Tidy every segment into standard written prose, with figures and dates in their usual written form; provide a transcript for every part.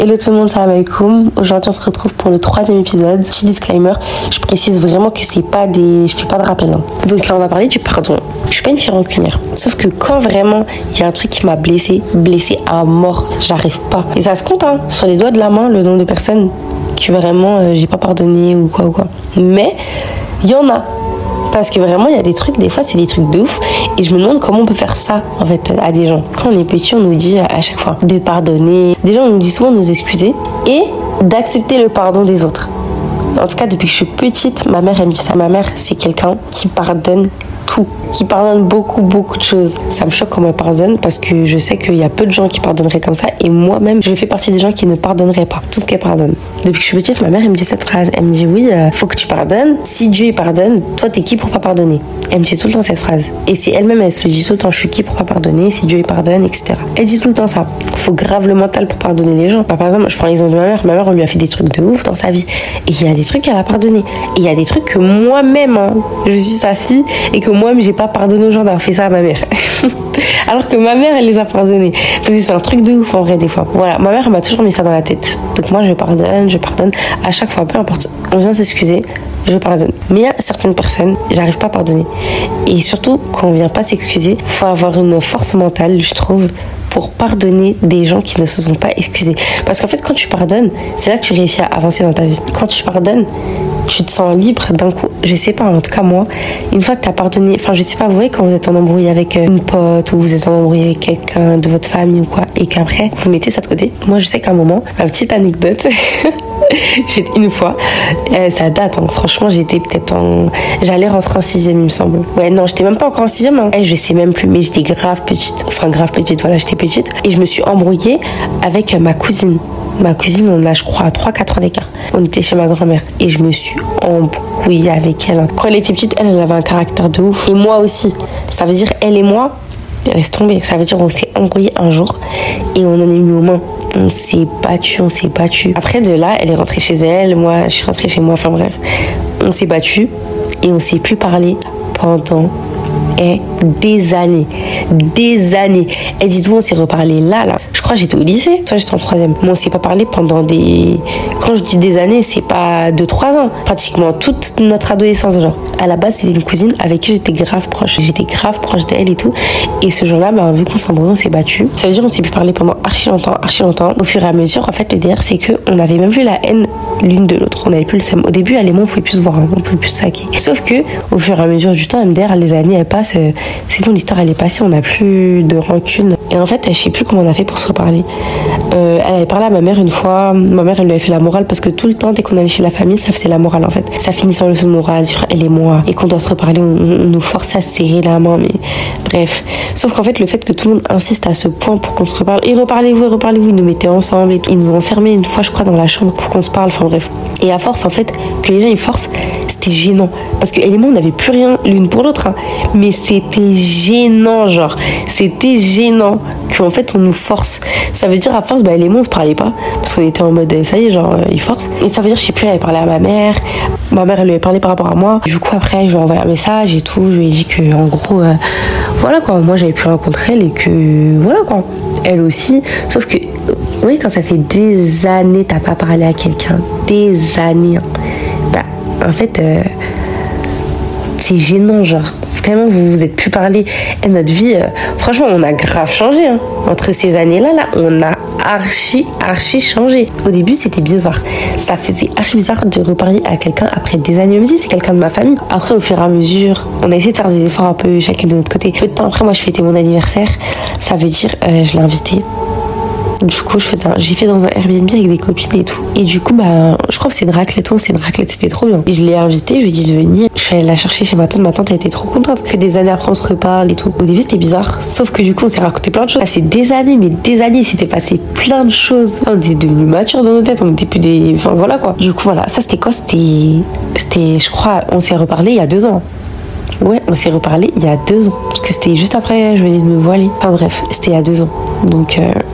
Hello tout le monde, salam alaikum. Aujourd'hui on se retrouve pour le 3e épisode. Petit disclaimer, je précise vraiment que je fais pas de rappel. Donc là on va parler du pardon. Je suis pas une fille rancunière. Sauf que quand vraiment il y a un truc qui m'a blessée à mort, j'arrive pas. Et ça se compte sur les doigts de la main le nombre de personnes que vraiment j'ai pas pardonné ou quoi. Mais il y en a. Parce que vraiment, il y a des trucs, des fois, c'est des trucs de ouf. Et je me demande comment on peut faire ça, en fait, à des gens. Quand on est petit, on nous dit à chaque fois de pardonner. Déjà, on nous dit souvent de nous excuser et d'accepter le pardon des autres. En tout cas, depuis que je suis petite, ma mère, elle me dit ça. Ma mère, c'est quelqu'un qui pardonne tout, qui pardonne beaucoup de choses. Ça me choque quand elle pardonne parce que je sais qu'il y a peu de gens qui pardonneraient comme ça et moi-même je fais partie des gens qui ne pardonneraient pas tout ce qu'elle pardonne. Depuis que je suis petite, ma mère elle me dit cette phrase, elle me dit oui, faut que tu pardonnes. Si Dieu il pardonne, toi t'es qui pour pas pardonner? Elle me dit tout le temps cette phrase et c'est elle-même, elle se le dit tout le temps, je suis qui pour pas pardonner, si Dieu il pardonne, etc. Elle dit tout le temps ça. Faut grave le mental pour pardonner les gens. Par exemple, je prends l'exemple de ma mère on lui a fait des trucs de ouf dans sa vie et il y a des trucs qu'elle a pardonné et il y a des trucs que moi-même je suis sa fille et que moi-même j'ai pas pardonné aux gens d'avoir fait ça à ma mère. Alors que ma mère elle les a pardonnés. Parce que c'est un truc de ouf en vrai des fois. Voilà, ma mère elle m'a toujours mis ça dans la tête. Donc moi je pardonne à chaque fois, peu importe. On vient s'excuser, je pardonne. Mais il y a certaines personnes, j'arrive pas à pardonner. Et surtout quand on vient pas s'excuser, faut avoir une force mentale, je trouve, pour pardonner des gens qui ne se sont pas excusés. Parce qu'en fait quand tu pardonnes, c'est là que tu réussis à avancer dans ta vie. Quand tu pardonnes, tu te sens libre d'un coup. Je sais pas, en tout cas moi, une fois que t'as pardonné, enfin je sais pas, vous voyez quand vous êtes en embrouille avec une pote ou vous êtes en embrouille avec quelqu'un de votre famille ou quoi, et qu'après vous mettez ça de côté. Moi je sais qu'à un moment, ma petite anecdote, une fois, ça date, franchement j'allais rentrer en 6e il me semble. Ouais non, j'étais même pas encore en 6e, je sais même plus, mais j'étais grave petite, voilà, j'étais petite, et je me suis embrouillée avec ma cousine. Ma cousine, on a, je crois, 3-4 ans d'écart. On était chez ma grand-mère et je me suis embrouillée avec elle. Quand elle était petite, elle avait un caractère de ouf. Et moi aussi. Ça veut dire, elle et moi, laisse tomber. Ça veut dire, on s'est embrouillés un jour et on en est mis aux mains. On s'est battu. Après, de là, elle est rentrée chez elle. Moi, je suis rentrée chez moi. Enfin bref, on s'est battu et on s'est plus parlé pendant des années. Et dites-vous, on s'est reparlé là. Je crois que j'étais au lycée, soit j'étais en 3e. Mais on s'est pas parlé pendant quand je dis des années, c'est pas 2-3 ans. Pratiquement toute notre adolescence, genre. À la base, c'était une cousine avec qui j'étais grave proche. J'étais grave proche d'elle et tout. Et ce jour-là, vu qu'on s'est embrouillé, on s'est battu. Ça veut dire qu'on s'est plus parlé pendant archi longtemps. Au fur et à mesure, en fait, le délire, c'est qu'on avait même plus la haine l'une de l'autre. On avait plus le seum. Au début, elle et moi, on pouvait plus se voir, on pouvait plus se saquer. Sauf que, au fur et à mesure du temps, MDR, les années, elles passent. C'est bon, l'histoire, elle est passée. On n'a plus de rancune. Et en fait, je sais plus comment on a fait pour se reparler. Elle avait parlé à ma mère une fois. Ma mère, elle lui avait fait la morale parce que tout le temps, dès qu'on allait chez la famille, ça faisait la morale en fait. Ça finissait en leçon de morale sur elle et moi. Et qu'on doit se reparler, on nous force à se serrer la main. Mais bref. Sauf qu'en fait, le fait que tout le monde insiste à ce point pour qu'on se reparle. Et reparlez-vous, ils nous mettaient ensemble et tout. Ils nous ont enfermés une fois, je crois, dans la chambre pour qu'on se parle. Enfin bref. Et à force, en fait, que les gens ils forcent, c'était gênant. Parce qu'elle et moi, on n'avait plus rien l'une pour l'autre. Mais c'était gênant, genre. C'était gênant qu'en fait, on nous force. Ça veut dire, à force, elle et moi, on se parlait pas. Parce qu'on était en mode, ça y est, genre, ils forcent. Et ça veut dire, je sais plus, elle avait parlé à ma mère. Ma mère, elle lui avait parlé par rapport à moi. Du coup, après, je lui ai envoyé un message et tout. Je lui ai dit que, en gros, voilà quoi. Moi, j'avais pu rencontrer elle et que, voilà quoi. Elle aussi. Sauf que, oui, quand ça fait des années, t'as pas parlé à quelqu'un. Des années. En fait, c'est gênant, genre. Tellement vous vous êtes plus parlé. Et notre vie, franchement, on a grave changé. Entre ces années-là, on a archi changé. Au début, c'était bizarre. Ça faisait archi bizarre de reparler à quelqu'un après des années. Même si c'est quelqu'un de ma famille. Après, au fur et à mesure, on a essayé de faire des efforts un peu chacun de notre côté. Peu de temps après, moi, je fêtais mon anniversaire. Ça veut dire, je l'ai invité. Du coup, j'ai fait dans un Airbnb avec des copines et tout. Et du coup, je crois que c'est une raclette, c'était trop bien. Et je l'ai invitée, je lui ai dit de venir. Je suis allée la chercher chez ma tante elle était trop contente. Que des années après, on se reparle et tout. Au début, c'était bizarre. Sauf que du coup, on s'est raconté plein de choses. C'est des années, il s'était passé plein de choses. On était devenus matures dans nos têtes, on était plus des... Enfin, voilà quoi. Du coup, voilà. Ça, c'était quoi? C'était, je crois, on s'est reparlé il y a 2 ans. Ouais, on s'est reparlé il y a 2 ans. Parce que c'était juste après, je venais de me voiler. Enfin bref, c'était il y a 2 ans. Donc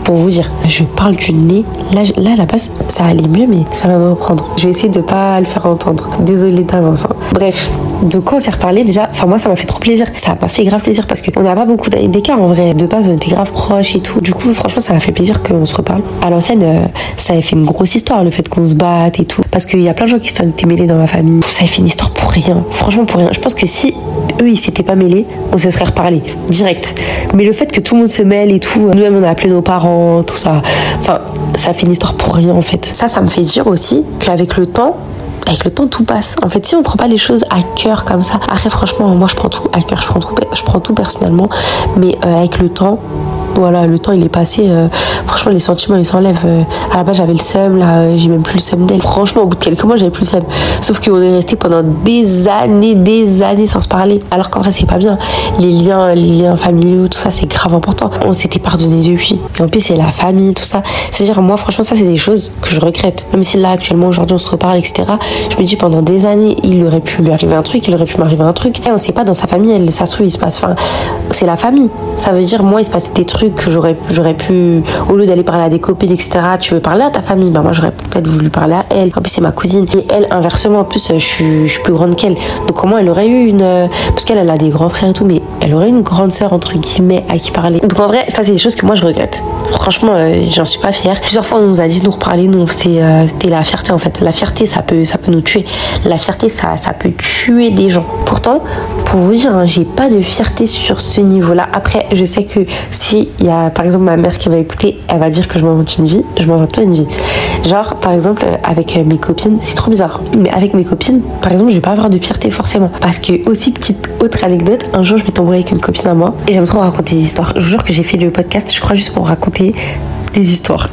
pour vous dire. Je parle du nez. Là à la base, ça allait mieux, mais ça va me reprendre. Je vais essayer de pas le faire entendre. Désolée d'avance. Hein. Bref, de quoi on s'est reparlé déjà. Enfin, moi, ça m'a fait trop plaisir. Ça m'a fait grave plaisir parce qu'on n'a pas beaucoup d'années d'écart en vrai. De base, on était grave proches et tout. Du coup, franchement, ça m'a fait plaisir qu'on se reparle. À l'ancienne, ça avait fait une grosse histoire, le fait qu'on se batte et tout. Parce qu'il y a plein de gens qui s'en étaient mêlés dans ma famille. Ça avait fait une histoire pour rien. Franchement, pour rien. Je pense que si eux, ils s'étaient pas mêlés, on se serait reparlé direct. Mais le fait que tout le monde se mêle et tout, nous-mêmes, on a appelé nos parents, tout ça. Enfin, ça a fait une histoire pour rien en fait. Ça me fait dire aussi qu'avec le temps, tout passe. En fait, si on prend pas les choses à cœur comme ça, après franchement, moi je prends tout à cœur, je prends tout personnellement, mais avec le temps, voilà, le temps il est passé, franchement les sentiments ils s'enlèvent. À la base j'avais le seum, là j'ai même plus le seum d'elle. Franchement au bout de quelques mois j'avais plus le seum. Sauf qu'on est resté pendant des années sans se parler. Alors qu'en vrai c'est pas bien. Les liens familiaux, tout ça c'est grave important. On s'était pardonné depuis. Et en plus c'est la famille, tout ça. C'est-à-dire moi franchement ça c'est des choses que je regrette. Même si là actuellement aujourd'hui on se reparle, etc. Je me dis pendant des années il aurait pu lui arriver un truc, il aurait pu m'arriver un truc. Et on sait pas dans sa famille, ça se trouve il se passe. Enfin, c'est la famille. Ça veut dire moi il se passe des trucs que j'aurais pu, au lieu d'aller parler à des copines, etc., tu veux parler à ta famille, bah moi j'aurais peut-être voulu parler à elle. En plus c'est ma cousine. Et elle inversement, en plus je suis plus grande qu'elle. Donc comment elle aurait eu parce qu'elle a des grands frères et tout, mais elle aurait une grande sœur entre guillemets à qui parler. Donc en vrai ça c'est des choses que moi je regrette. Franchement j'en suis pas fière. Plusieurs fois on nous a dit de nous reparler, nous c'était la fierté en fait. La fierté ça peut nous tuer. La fierté ça peut tuer des gens. Pourtant pour vous dire, hein, j'ai pas de fierté sur ce niveau-là. Après je sais que si il y a par exemple ma mère qui va écouter, elle va dire que je m'invente une vie. Je m'invente pas une vie. Genre par exemple avec mes copines, c'est trop bizarre, mais avec mes copines par exemple je vais pas avoir de fierté forcément, parce que aussi petite autre anecdote, un jour je m'étais embrouillée avec une copine à moi et j'aime trop raconter des histoires. Je vous jure que j'ai fait le podcast je crois juste pour raconter des histoires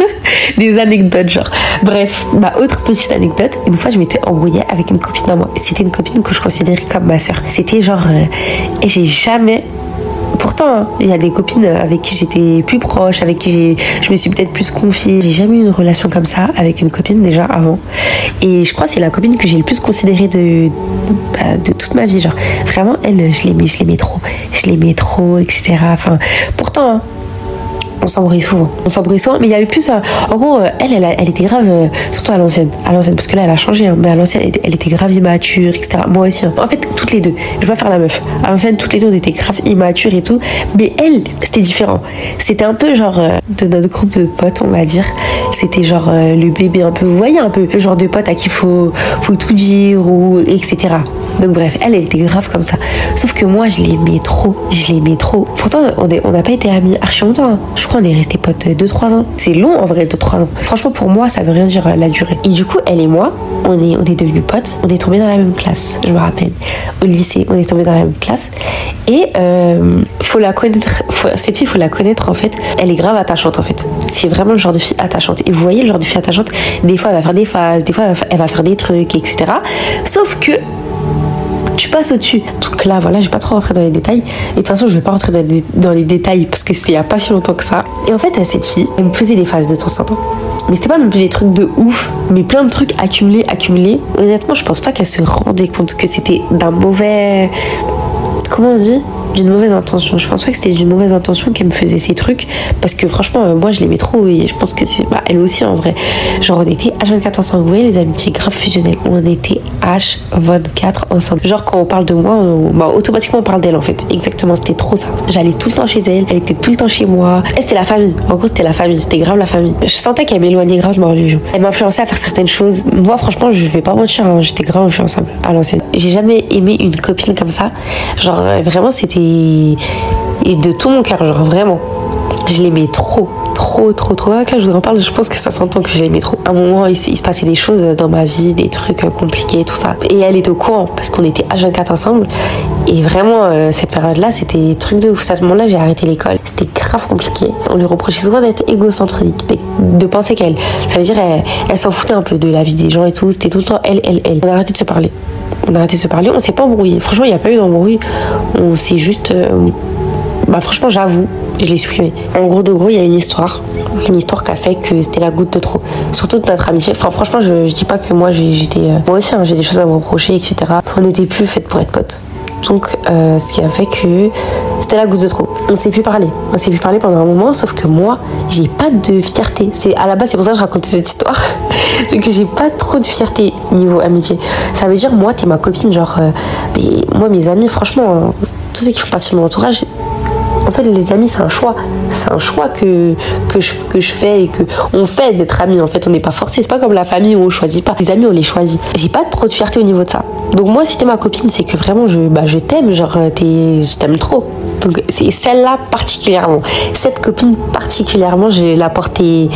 des anecdotes genre. Bref, ma autre petite anecdote, une fois je m'étais embrouillée avec une copine à moi. C'était une copine que je considérais comme ma sœur. C'était genre et j'ai jamais. Pourtant, il y a des copines avec qui j'étais plus proche, avec qui je me suis peut-être plus confiée. J'ai jamais eu une relation comme ça avec une copine déjà avant. Et je crois que c'est la copine que j'ai le plus considérée de toute ma vie. Genre, vraiment, elle, je l'aimais trop. Je l'aimais trop, etc. Enfin, pourtant, hein, on s'embrouille souvent, mais il y avait plus en gros elle était grave, surtout à l'ancienne, parce que là elle a changé, hein, mais à l'ancienne elle était grave immature, etc. Moi aussi, hein. En fait toutes les deux, je vais pas faire la meuf, à l'ancienne toutes les deux on était grave immatures et tout, mais elle c'était différent. C'était un peu genre de notre groupe de potes on va dire, c'était genre le bébé un peu, vous voyez un peu le genre de pote à qui faut tout dire ou etc. Donc bref, elle était grave comme ça, sauf que moi je l'aimais trop. Pourtant on n'a pas été amis archi longtemps, hein. Je crois qu'on est restés potes 2-3 ans. C'est long en vrai, 2-3 ans. Franchement, pour moi, ça veut rien dire la durée. Et du coup, elle et moi, on est devenus potes. On est tombés dans la même classe, je me rappelle. Au lycée, on est tombés dans la même classe. Et faut la connaître. Cette fille, faut la connaître en fait. Elle est grave attachante en fait. C'est vraiment le genre de fille attachante. Et vous voyez, le genre de fille attachante, des fois, elle va faire des phases, des fois, elle va faire des trucs, etc. Sauf que tu passes au-dessus. Donc là, voilà, je vais pas trop rentrer dans les détails. Et de toute façon, je vais pas rentrer dans les détails parce que c'était il y a pas si longtemps que ça. Et en fait, cette fille, elle me faisait des phases de temps en temps. Mais c'était pas non plus des trucs de ouf, mais plein de trucs accumulés. Honnêtement, je pense pas qu'elle se rendait compte que c'était d'un mauvais... Comment on dit ? D'une mauvaise intention. Je pense pas que c'était d'une mauvaise intention qu'elle me faisait ces trucs, parce que franchement moi je l'aimais trop et je pense que c'est elle aussi en vrai. Genre on était H24 ensemble, vous voyez les amitiés grave fusionnelles, on était H24 ensemble. Genre quand on parle de moi automatiquement on parle d'elle en fait. Exactement, c'était trop ça. J'allais tout le temps chez elle, elle était tout le temps chez moi. Et c'était la famille, en gros c'était la famille, c'était grave la famille. Je sentais qu'elle m'éloignait grave de ma religion. Elle m'influençait à faire certaines choses. Moi franchement je vais pas mentir, hein, j'étais grave influençable à l'ancienne. J'ai jamais aimé une copine comme ça. Genre vraiment c'était et de tout mon cœur, genre vraiment je l'aimais trop. Là je vous en parle, je pense que ça s'entend que je l'aimais trop. À un moment il se passait des choses dans ma vie, des trucs compliqués, tout ça, et elle était au courant parce qu'on était H24 ensemble. Et vraiment cette période là c'était truc de ouf. À ce moment là j'ai arrêté l'école, c'était grave compliqué. On lui reprochait souvent d'être égocentrique, de penser qu'elle, ça veut dire elle s'en foutait un peu de la vie des gens et tout. C'était tout le temps elle. On a arrêté de se parler, on s'est pas embrouillé. Franchement il n'y a pas eu d'embrouille, on s'est juste franchement j'avoue je l'ai supprimé. En gros de gros il y a une histoire qui a fait que c'était la goutte de trop, surtout de notre amitié. Enfin franchement je dis pas que moi j'étais moi aussi hein, j'ai des choses à me reprocher, etc. On n'était plus faites pour être potes. Donc ce qui a fait que c'était la goutte de trop. On s'est plus parlé pendant un moment, sauf que moi j'ai pas de fierté. C'est à la base, c'est pour ça que je racontais cette histoire. C'est que j'ai pas trop de fierté niveau amitié. Ça veut dire moi t'es ma copine, genre mais moi mes amis franchement, tous ceux qui font partie de mon entourage, en fait les amis c'est un choix que je fais et que on fait d'être amis. En fait on n'est pas forcé, c'est pas comme la famille où on choisit pas. Les amis on les choisit. J'ai pas trop de fierté au niveau de ça. Donc moi si t'es ma copine c'est que vraiment je t'aime, genre je t'aime trop. Donc c'est celle-là particulièrement, cette copine particulièrement, je la portais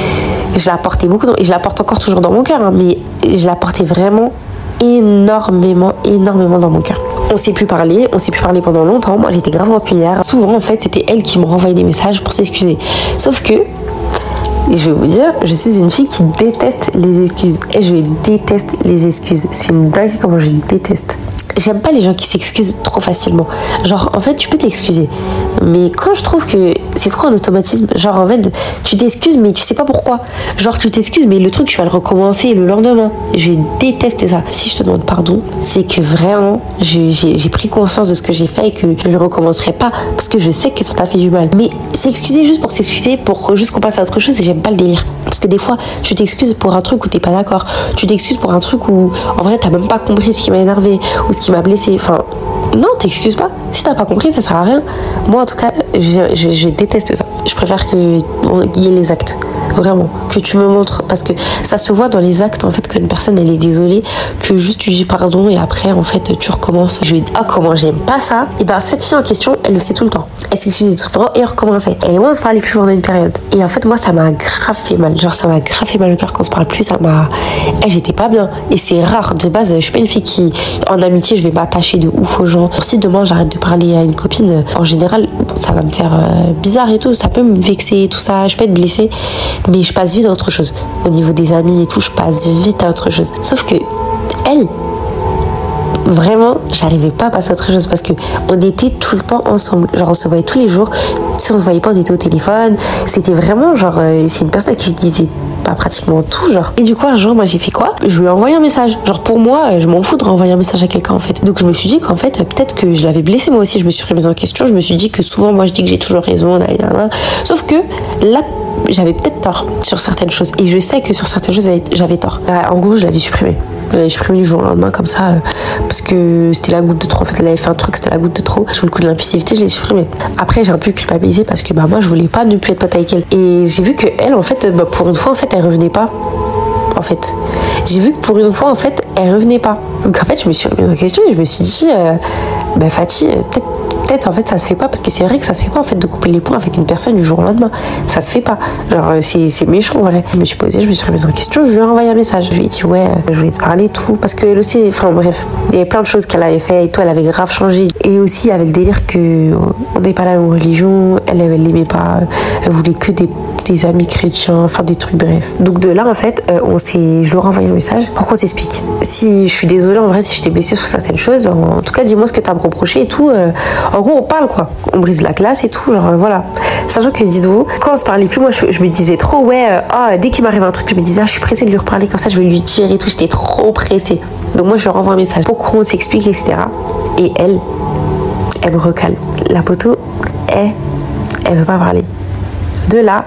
beaucoup et je la porte encore toujours dans mon cœur, hein, mais je la portais vraiment énormément dans mon cœur. On s'est plus parlé pendant longtemps. Moi j'étais grave rancunière. Souvent en fait c'était elle qui me renvoyait des messages pour s'excuser. Sauf que, je vais vous dire, je suis une fille qui déteste les excuses. Et je déteste les excuses. C'est une dingue comment je déteste. J'aime pas les gens qui s'excusent trop facilement. Genre, en fait, tu peux t'excuser. Mais quand je trouve que c'est trop un automatisme, genre, en fait, tu t'excuses, mais tu sais pas pourquoi. Genre, tu t'excuses, mais le truc, tu vas le recommencer le lendemain. Je déteste ça. Si je te demande pardon, c'est que vraiment, j'ai pris conscience de ce que j'ai fait et que je ne le recommencerai pas parce que je sais que ça t'a fait du mal. Mais s'excuser juste pour s'excuser, pour juste qu'on passe à autre chose, et j'aime pas le délire. Parce que des fois, tu t'excuses pour un truc où t'es pas d'accord. Tu t'excuses pour un truc où, en vrai, t'as même pas compris ce qui m'a énervé ou ce qui m'a blessé. Enfin, non, t'excuses pas. Si t'as pas compris, ça sert à rien. Moi, en tout cas, je déteste ça. Je préfère qu'il y ait les actes. Vraiment. Que tu me montres. Parce que ça se voit dans les actes, en fait, qu'une personne, elle est désolée, que juste tu dis pardon et après, en fait, tu recommences. Je lui dis, comment j'aime pas ça. Et ben, cette fille en question, elle le sait tout le temps. Elle s'excusait tout le temps et elle recommençait. Et moi, on se parlait plus pendant une période. Et en fait, moi, ça m'a grave fait mal. Genre, ça m'a grave fait mal au cœur qu'on se parle plus. J'étais pas bien. Et c'est rare. De base, je suis pas une fille qui, en amitié, je vais m'attacher de ouf aux gens. Si demain, j'arrête de parler à une copine, en général, ça va me faire bizarre et tout. Ça peut me vexer et tout ça. Je peux être blessée. Mais je passe vite à autre chose. Au niveau des amis et tout, je passe vite à autre chose. Sauf que, elle, vraiment, j'arrivais pas à passer à autre chose parce que on était tout le temps ensemble. Genre, on se voyait tous les jours. Si on se voyait pas, on était au téléphone. C'était vraiment genre, c'est une personne à qui je disais pas pratiquement tout, genre. Et du coup, un jour, moi, j'ai fait quoi? Je lui ai envoyé un message. Genre, pour moi, je m'en fous de renvoyer un message à quelqu'un, en fait. Donc, je me suis dit qu'en fait, peut-être que je l'avais blessé moi aussi. Je me suis remise en question. Je me suis dit que souvent, moi, je dis que j'ai toujours raison. Sauf que là, j'avais peut-être tort sur certaines choses. Et je sais que sur certaines choses, j'avais tort. En gros, je l'avais supprimé. Je l'avais supprimé du jour au lendemain, comme ça, parce que c'était la goutte de trop. En fait, elle avait fait un truc, c'était la goutte de trop. Sur le coup de l'impulsivité, je l'ai supprimé. Après, j'ai un peu culpabilisé parce que moi, je voulais pas ne plus être pote avec elle. Et j'ai vu que elle, en fait, pour une fois, en fait, elle revenait pas. En fait, j'ai vu que pour une fois, en fait, elle revenait pas. Donc, en fait, je me suis remise en question et je me suis dit, Fatih, peut-être en fait ça se fait pas, parce que c'est vrai que ça se fait pas en fait de couper les ponts avec une personne du jour au lendemain, ça se fait pas, genre c'est méchant en vrai. Je me suis posée, je me suis remise en question, je lui ai envoyé un message, je lui ai dit je voulais te parler tout, parce que elle aussi, enfin bref, il y avait plein de choses qu'elle avait fait et tout, elle avait grave changé, et aussi il y avait le délire que on n'est pas la même religion, elle l'aimait pas, elle voulait que des amis chrétiens, enfin des trucs bref. Donc de là en fait, je lui ai renvoyé un message pour qu'on s'explique. Si je suis désolée en vrai si je t'ai blessée sur certaines choses, en tout cas dis-moi ce que t'as à me reprocher et tout. En gros on parle quoi, on brise la glace et tout, genre voilà. Sachant que dites-vous, quand on se parlait plus, moi je me disais trop dès qu'il m'arrive un truc, je me disais je suis pressée de lui reparler, comme ça je vais lui dire et tout, j'étais trop pressée. Donc moi je lui renvoie un message pour qu'on s'explique, etc. Et elle me recale. La poteau, elle veut pas parler. De là,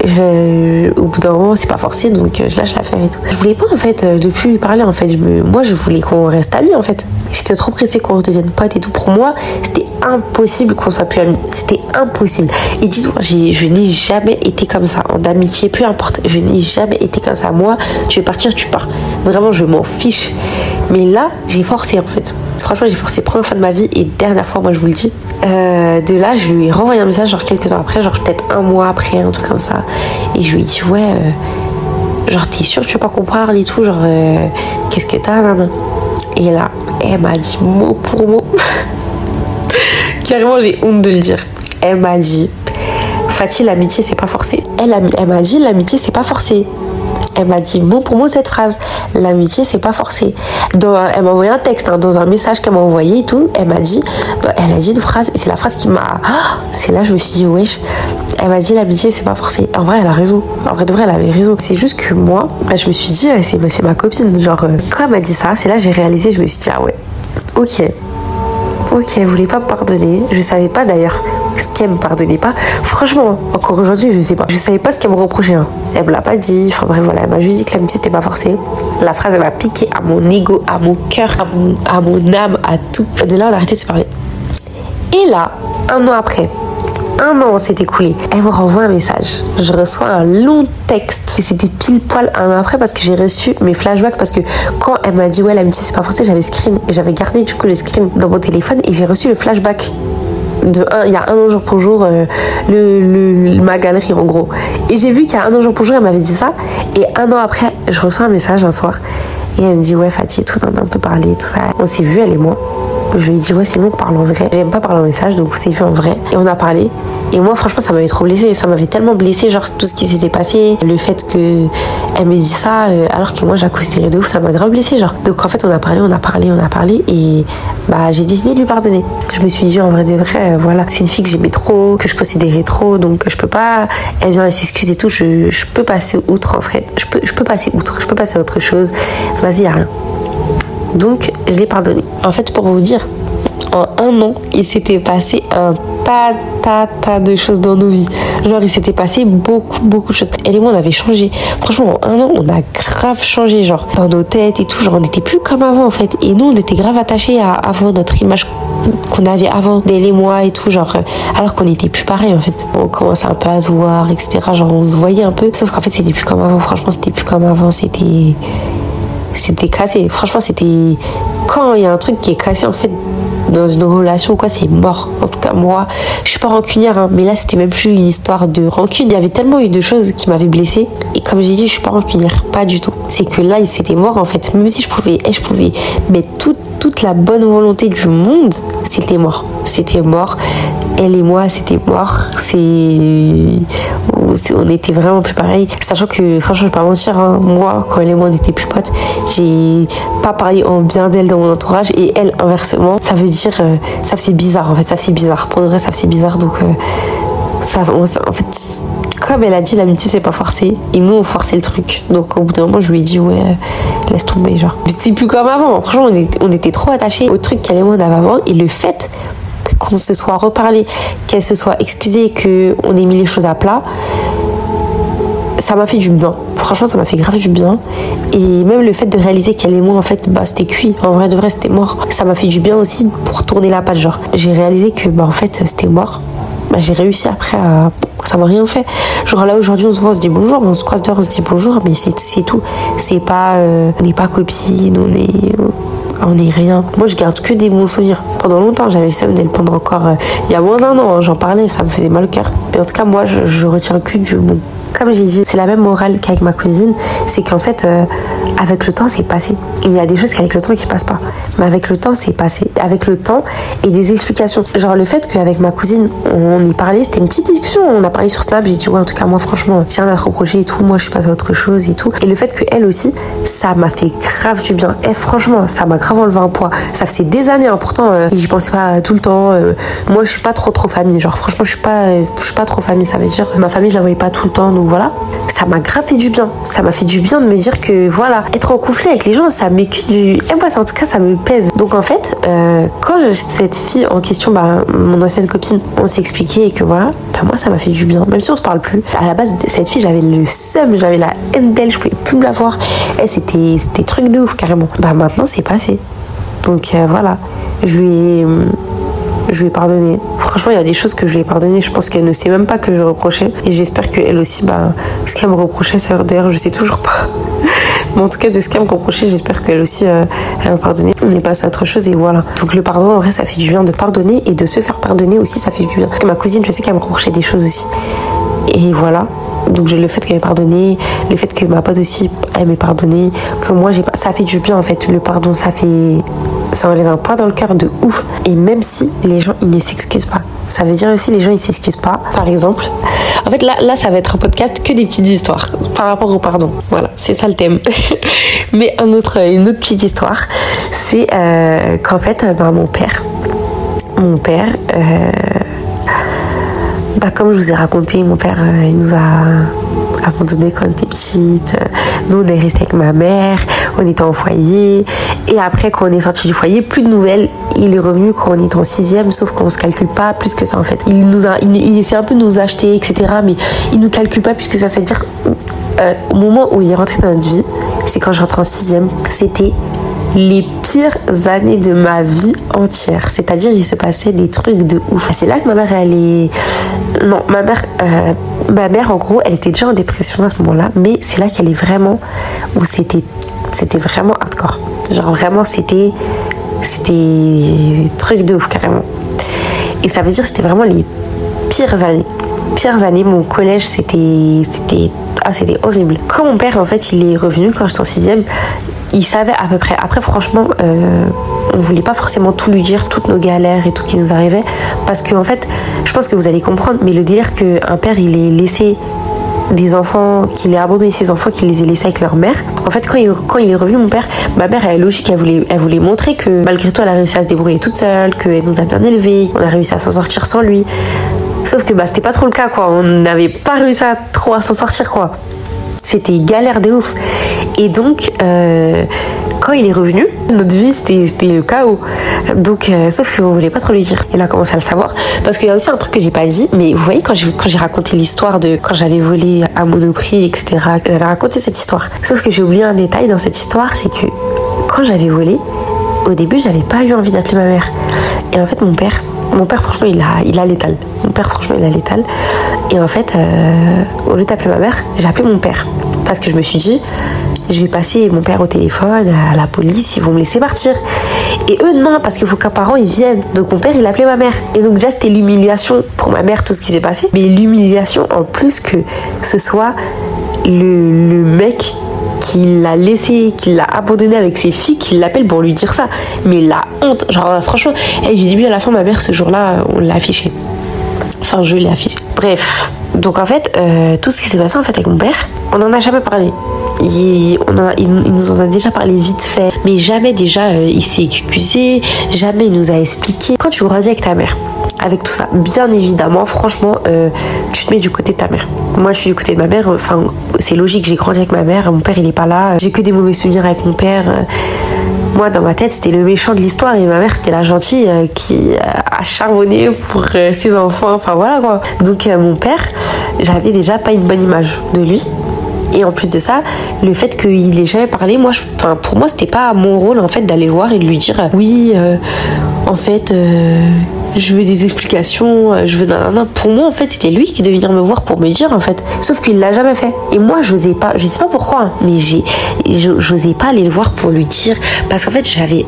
au bout d'un moment c'est pas forcé, donc je lâche l'affaire et tout. Je voulais pas en fait de plus lui parler en fait. Moi je voulais qu'on reste amis en fait. J'étais trop pressée qu'on redevienne potes et tout. Pour moi c'était impossible qu'on soit plus amis. C'était impossible. Et dis-toi, je n'ai jamais été comme ça en amitié, peu importe. Je n'ai jamais été comme ça. Moi, tu veux partir, tu pars. Vraiment je m'en fiche. Mais là j'ai forcé en fait. Franchement j'ai forcé, première fois de ma vie et dernière fois, moi je vous le dis. De là je lui ai renvoyé un message genre quelques temps après, genre peut-être un mois après, un truc comme ça. Et je lui ai dit genre t'es sûre que tu veux pas qu'on parle et tout, genre qu'est-ce que t'as, nan. Et là elle m'a dit mot pour mot carrément j'ai honte de le dire, elle m'a dit Fatih, l'amitié c'est pas forcé. Elle m'a dit l'amitié c'est pas forcé. Elle m'a dit mot pour mot cette phrase, l'amitié c'est pas forcé. Elle m'a envoyé un texte, dans un message qu'elle m'a envoyé et tout, elle a dit une phrase et c'est la phrase qui m'a... c'est là que je me suis dit wesh. Elle m'a dit l'amitié c'est pas forcé. En vrai elle a raison, en vrai de vrai elle avait raison. C'est juste que moi je me suis dit c'est ma copine, genre quand elle m'a dit ça, c'est là que j'ai réalisé, je me suis dit ok, trouvais qu'elle voulait pas me pardonner. Je savais pas d'ailleurs ce qu'elle me pardonnait pas. Franchement, encore aujourd'hui, je sais pas. Je savais pas ce qu'elle me reprochait. Elle me l'a pas dit. Enfin bref, voilà. Elle m'a juste dit que l'amitié c'était pas forcée. La phrase, elle m'a piqué à mon ego, à mon cœur, à mon âme, à tout. De là, on a arrêté de se parler. Et là, un an après, un an s'est écoulé, elle me renvoie un message. Je reçois un long texte. Et c'était pile poil un an après parce que j'ai reçu mes flashbacks. Parce que quand elle m'a dit ouais, l'amitié c'est pas forcé, j'avais screen. Et j'avais gardé du coup le screen dans mon téléphone et j'ai reçu le flashback. Il y a un an jour pour jour, ma galerie en gros. Et j'ai vu qu'il y a un an jour pour jour, elle m'avait dit ça. Et un an après, je reçois un message un soir. Et elle me dit ouais, Fatih et tout, on a un peu parlé, tout ça. On s'est vu, elle et moi. Je lui ai dit ouais, c'est bon, on parle en vrai. J'aime pas parler en message, donc on s'est vu en vrai. Et on a parlé. Et moi, franchement, ça m'avait trop blessée. Ça m'avait tellement blessée, genre tout ce qui s'était passé. Le fait qu'elle m'ait dit ça, alors que moi, je la considérais de ouf, ça m'a grave blessée, genre. Donc en fait, on a parlé. Et bah, j'ai décidé de lui pardonner. Je me suis dit en vrai de vrai, voilà, c'est une fille que j'aimais trop, que je considérais trop. Donc je peux pas. Elle vient, elle s'excuse et tout. Je peux passer outre, en fait. Je peux passer outre. Je peux passer à autre chose. Vas-y, y a rien. Donc, je l'ai pardonné. En fait, pour vous dire, en un an, il s'était passé un tas de choses dans nos vies. Genre, il s'était passé beaucoup de choses. Elle et moi, on avait changé. Franchement, en un an, on a grave changé, genre, dans nos têtes et tout. Genre, on n'était plus comme avant, en fait. Et nous, on était grave attachés à avant notre image qu'on avait avant, d'elle et moi et tout, genre, alors qu'on n'était plus pareil, en fait. On commençait un peu à se voir, etc. Genre, on se voyait un peu. Sauf qu'en fait, c'était plus comme avant. Franchement, c'était plus comme avant. C'était cassé. Franchement, c'était... Quand il y a un truc qui est cassé, en fait, dans une relation, quoi, c'est mort. En tout cas, moi, je suis pas rancunière, hein, mais là, c'était même plus une histoire de rancune. Il y avait tellement eu de choses qui m'avaient blessée. Et comme j'ai dit, je suis pas rancunière. Pas du tout. C'est que là, c'était mort, en fait. Même si je pouvais mettre toute la bonne volonté du monde, c'était mort. C'était mort. Elle et moi, c'était mort. On était vraiment plus pareil. Sachant que, franchement, je vais pas mentir, hein, moi, quand elle et moi, on était plus potes, j'ai pas parlé en bien d'elle dans mon entourage et elle, inversement. Ça veut dire, ça fait bizarre, en fait. Ça fait bizarre. Pour de vrai, ça fait bizarre. Donc, en fait, comme elle a dit, l'amitié, c'est pas forcé. Et nous, on forçait le truc. Donc, au bout d'un moment, je lui ai dit, ouais, laisse tomber, genre. C'était plus comme avant. Franchement, on était trop attachés au truc qu'elle et moi, on avait avant. Et le fait qu'on se soit reparlé, qu'elle se soit excusée, qu'on ait mis les choses à plat, ça m'a fait du bien. Franchement, ça m'a fait grave du bien. Et même le fait de réaliser qu'elle et moi, en fait, bah, c'était cuit. En vrai de vrai, c'était mort. Ça m'a fait du bien aussi pour tourner la page, genre. J'ai réalisé que, bah, en fait, c'était mort. Bah, j'ai réussi après à... Ça m'a rien fait. Genre là, aujourd'hui, on se voit, on se dit bonjour, on se croise dehors, on se dit bonjour, mais c'est tout. C'est pas... on n'est pas copines, on est rien. Moi, je garde que des bons souvenirs. Pendant longtemps, j'avais le seum d'elle pendant encore... il y a moins d'un an, hein, j'en parlais, ça me faisait mal au cœur. Mais en tout cas, moi, je retiens que du bon. Comme j'ai dit, c'est la même morale qu'avec ma cousine, c'est qu'en fait, avec le temps, c'est passé. Il y a des choses qu'avec le temps qui passent pas. Mais avec le temps, c'est passé. Avec le temps et des explications. Genre le fait qu'avec ma cousine, on y parlait, c'était une petite discussion. On a parlé sur Snap, j'ai dit ouais, en tout cas, moi, franchement, j'ai rien à te reprocher et tout. Moi, je suis passée à autre chose et tout. Et le fait qu'elle aussi, ça m'a fait grave du bien. Et franchement, ça m'a grave enlevé un poids. Ça faisait des années, hein, pourtant, j'y pensais pas tout le temps. Moi, je suis pas trop famille. Genre, franchement, je suis pas trop famille. Ça veut dire, ma famille, je la voyais pas tout le temps. Donc voilà, ça m'a grave fait du bien. Ça m'a fait du bien de me dire que voilà, être en conflit avec les gens, ça met que du... Et moi, en tout cas, ça me pèse. Donc en fait, quand cette fille en question, bah, mon ancienne copine, on s'est expliqué et que voilà, bah, moi, ça m'a fait du bien. Même si on se parle plus. À la base, cette fille, j'avais le seum, j'avais la haine d'elle, je pouvais plus me la voir. Et c'était truc de ouf, carrément. Bah maintenant, c'est passé. Donc voilà, je lui ai pardonné. Franchement, il y a des choses que je lui ai pardonné. Je pense qu'elle ne sait même pas que je reprochais. Et j'espère qu'elle aussi, bah, ce qu'elle me reprochait, ça, d'ailleurs, je sais toujours pas. Mais en tout cas, de ce qu'elle me reprochait, j'espère qu'elle aussi, elle m'a pardonné. On est passé à autre chose et voilà. Donc le pardon, en vrai, ça fait du bien de pardonner et de se faire pardonner aussi, ça fait du bien. Parce que ma cousine, je sais qu'elle me reprochait des choses aussi. Et voilà. Donc le fait qu'elle m'ait pardonné, le fait que ma pote aussi, elle m'ait pardonné, que moi, ça fait du bien, en fait. Le pardon, ça enlève un poids dans le cœur de ouf. Et même si les gens, ils ne s'excusent pas. Ça veut dire aussi les gens, ils s'excusent pas. Par exemple, en fait, là, ça va être un podcast que des petites histoires par rapport au pardon. Voilà, c'est ça le thème. Mais une autre petite histoire, c'est qu'en fait, mon père, bah, comme je vous ai raconté, mon père, il nous a abandonné quand on était petite. Nous, on est resté avec ma mère, on était en foyer. Et après, quand on est sorti du foyer, plus de nouvelles. Il est revenu quand on était en 6e, sauf qu'on se calcule pas plus que ça en fait. Il essaie un peu de nous acheter, etc. Mais il nous calcule pas plus que ça. C'est-à-dire, au moment où il est rentré dans notre vie, c'est quand je rentre en 6e, c'était les pires années de ma vie entière. C'est-à-dire, il se passait des trucs de ouf. C'est là que ma mère, elle est... Non, ma mère, en gros, elle était déjà en dépression à ce moment-là, mais c'est là qu'elle est vraiment... où c'était vraiment hardcore. Genre, vraiment, c'était truc de ouf, carrément. Et ça veut dire que c'était vraiment les pires années. Mon collège, c'était horrible. Quand mon père, en fait, il est revenu quand j'étais en 6e, il savait à peu près. Après, franchement, on voulait pas forcément tout lui dire, toutes nos galères et tout qui nous arrivait. Parce que, en fait, je pense que vous allez comprendre, mais le délire qu'un père, il ait laissé des enfants, qu'il ait abandonné ses enfants, qu'il les ait laissés avec leur mère. En fait, quand il est revenu, mon père, ma mère, elle est logique, elle voulait montrer que malgré tout, elle a réussi à se débrouiller toute seule, qu'elle nous a bien élevés, qu'on a réussi à s'en sortir sans lui. Sauf que c'était pas trop le cas, quoi. On n'avait pas réussi à s'en sortir, quoi. C'était galère de ouf. Et donc, quand il est revenu, notre vie, c'était le chaos. Donc, sauf qu'on voulait pas trop lui dire. Il a commencé à le savoir. Parce qu'il y a aussi un truc que j'ai pas dit. Mais vous voyez, quand j'ai raconté l'histoire de quand j'avais volé à Monoprix, etc., j'avais raconté cette histoire. Sauf que j'ai oublié un détail dans cette histoire, c'est que quand j'avais volé, au début, j'avais pas eu envie d'appeler ma mère. Et en fait, mon père, franchement, il a l'étal. Et en fait, au lieu d'appeler ma mère, j'ai appelé mon père. Parce que je me suis dit, je vais passer mon père au téléphone, à la police, ils vont me laisser partir. Et eux, non, parce qu'il faut qu'un parent, ils viennent. Donc mon père, il appelait ma mère. Et donc déjà, c'était l'humiliation pour ma mère, tout ce qui s'est passé. Mais l'humiliation, en plus que ce soit le mec qui l'a laissé, qui l'a abandonné avec ses filles, qui l'appelle pour lui dire ça. Mais la honte, genre franchement, j'ai dit oui, à la fin, ma mère, ce jour-là, on l'a affiché. Enfin, je l'ai affiché. Bref, donc en fait, tout ce qui s'est passé en fait avec mon père, on n'en a jamais parlé. Il nous en a déjà parlé vite fait, mais jamais déjà il s'est excusé, jamais il nous a expliqué. Quand tu grandis avec ta mère, avec tout ça, bien évidemment, franchement, tu te mets du côté de ta mère. Moi, je suis du côté de ma mère, enfin, c'est logique, j'ai grandi avec ma mère, mon père, il est pas là, j'ai que des mauvais souvenirs avec mon père. Moi, dans ma tête, c'était le méchant de l'histoire et ma mère, c'était la gentille qui a charbonné pour ses enfants, enfin voilà quoi. Donc, mon père, j'avais déjà pas une bonne image de lui. Et en plus de ça, le fait qu'il ait jamais parlé, pour moi, c'était pas mon rôle en fait d'aller le voir et de lui dire oui, en fait, je veux des explications, je veux nanana. Pour moi, en fait, c'était lui qui devait venir me voir pour me dire en fait. Sauf qu'il l'a jamais fait. Et moi, j'osais pas, je sais pas pourquoi, hein, mais j'osais pas aller le voir pour lui dire parce qu'en fait, j'avais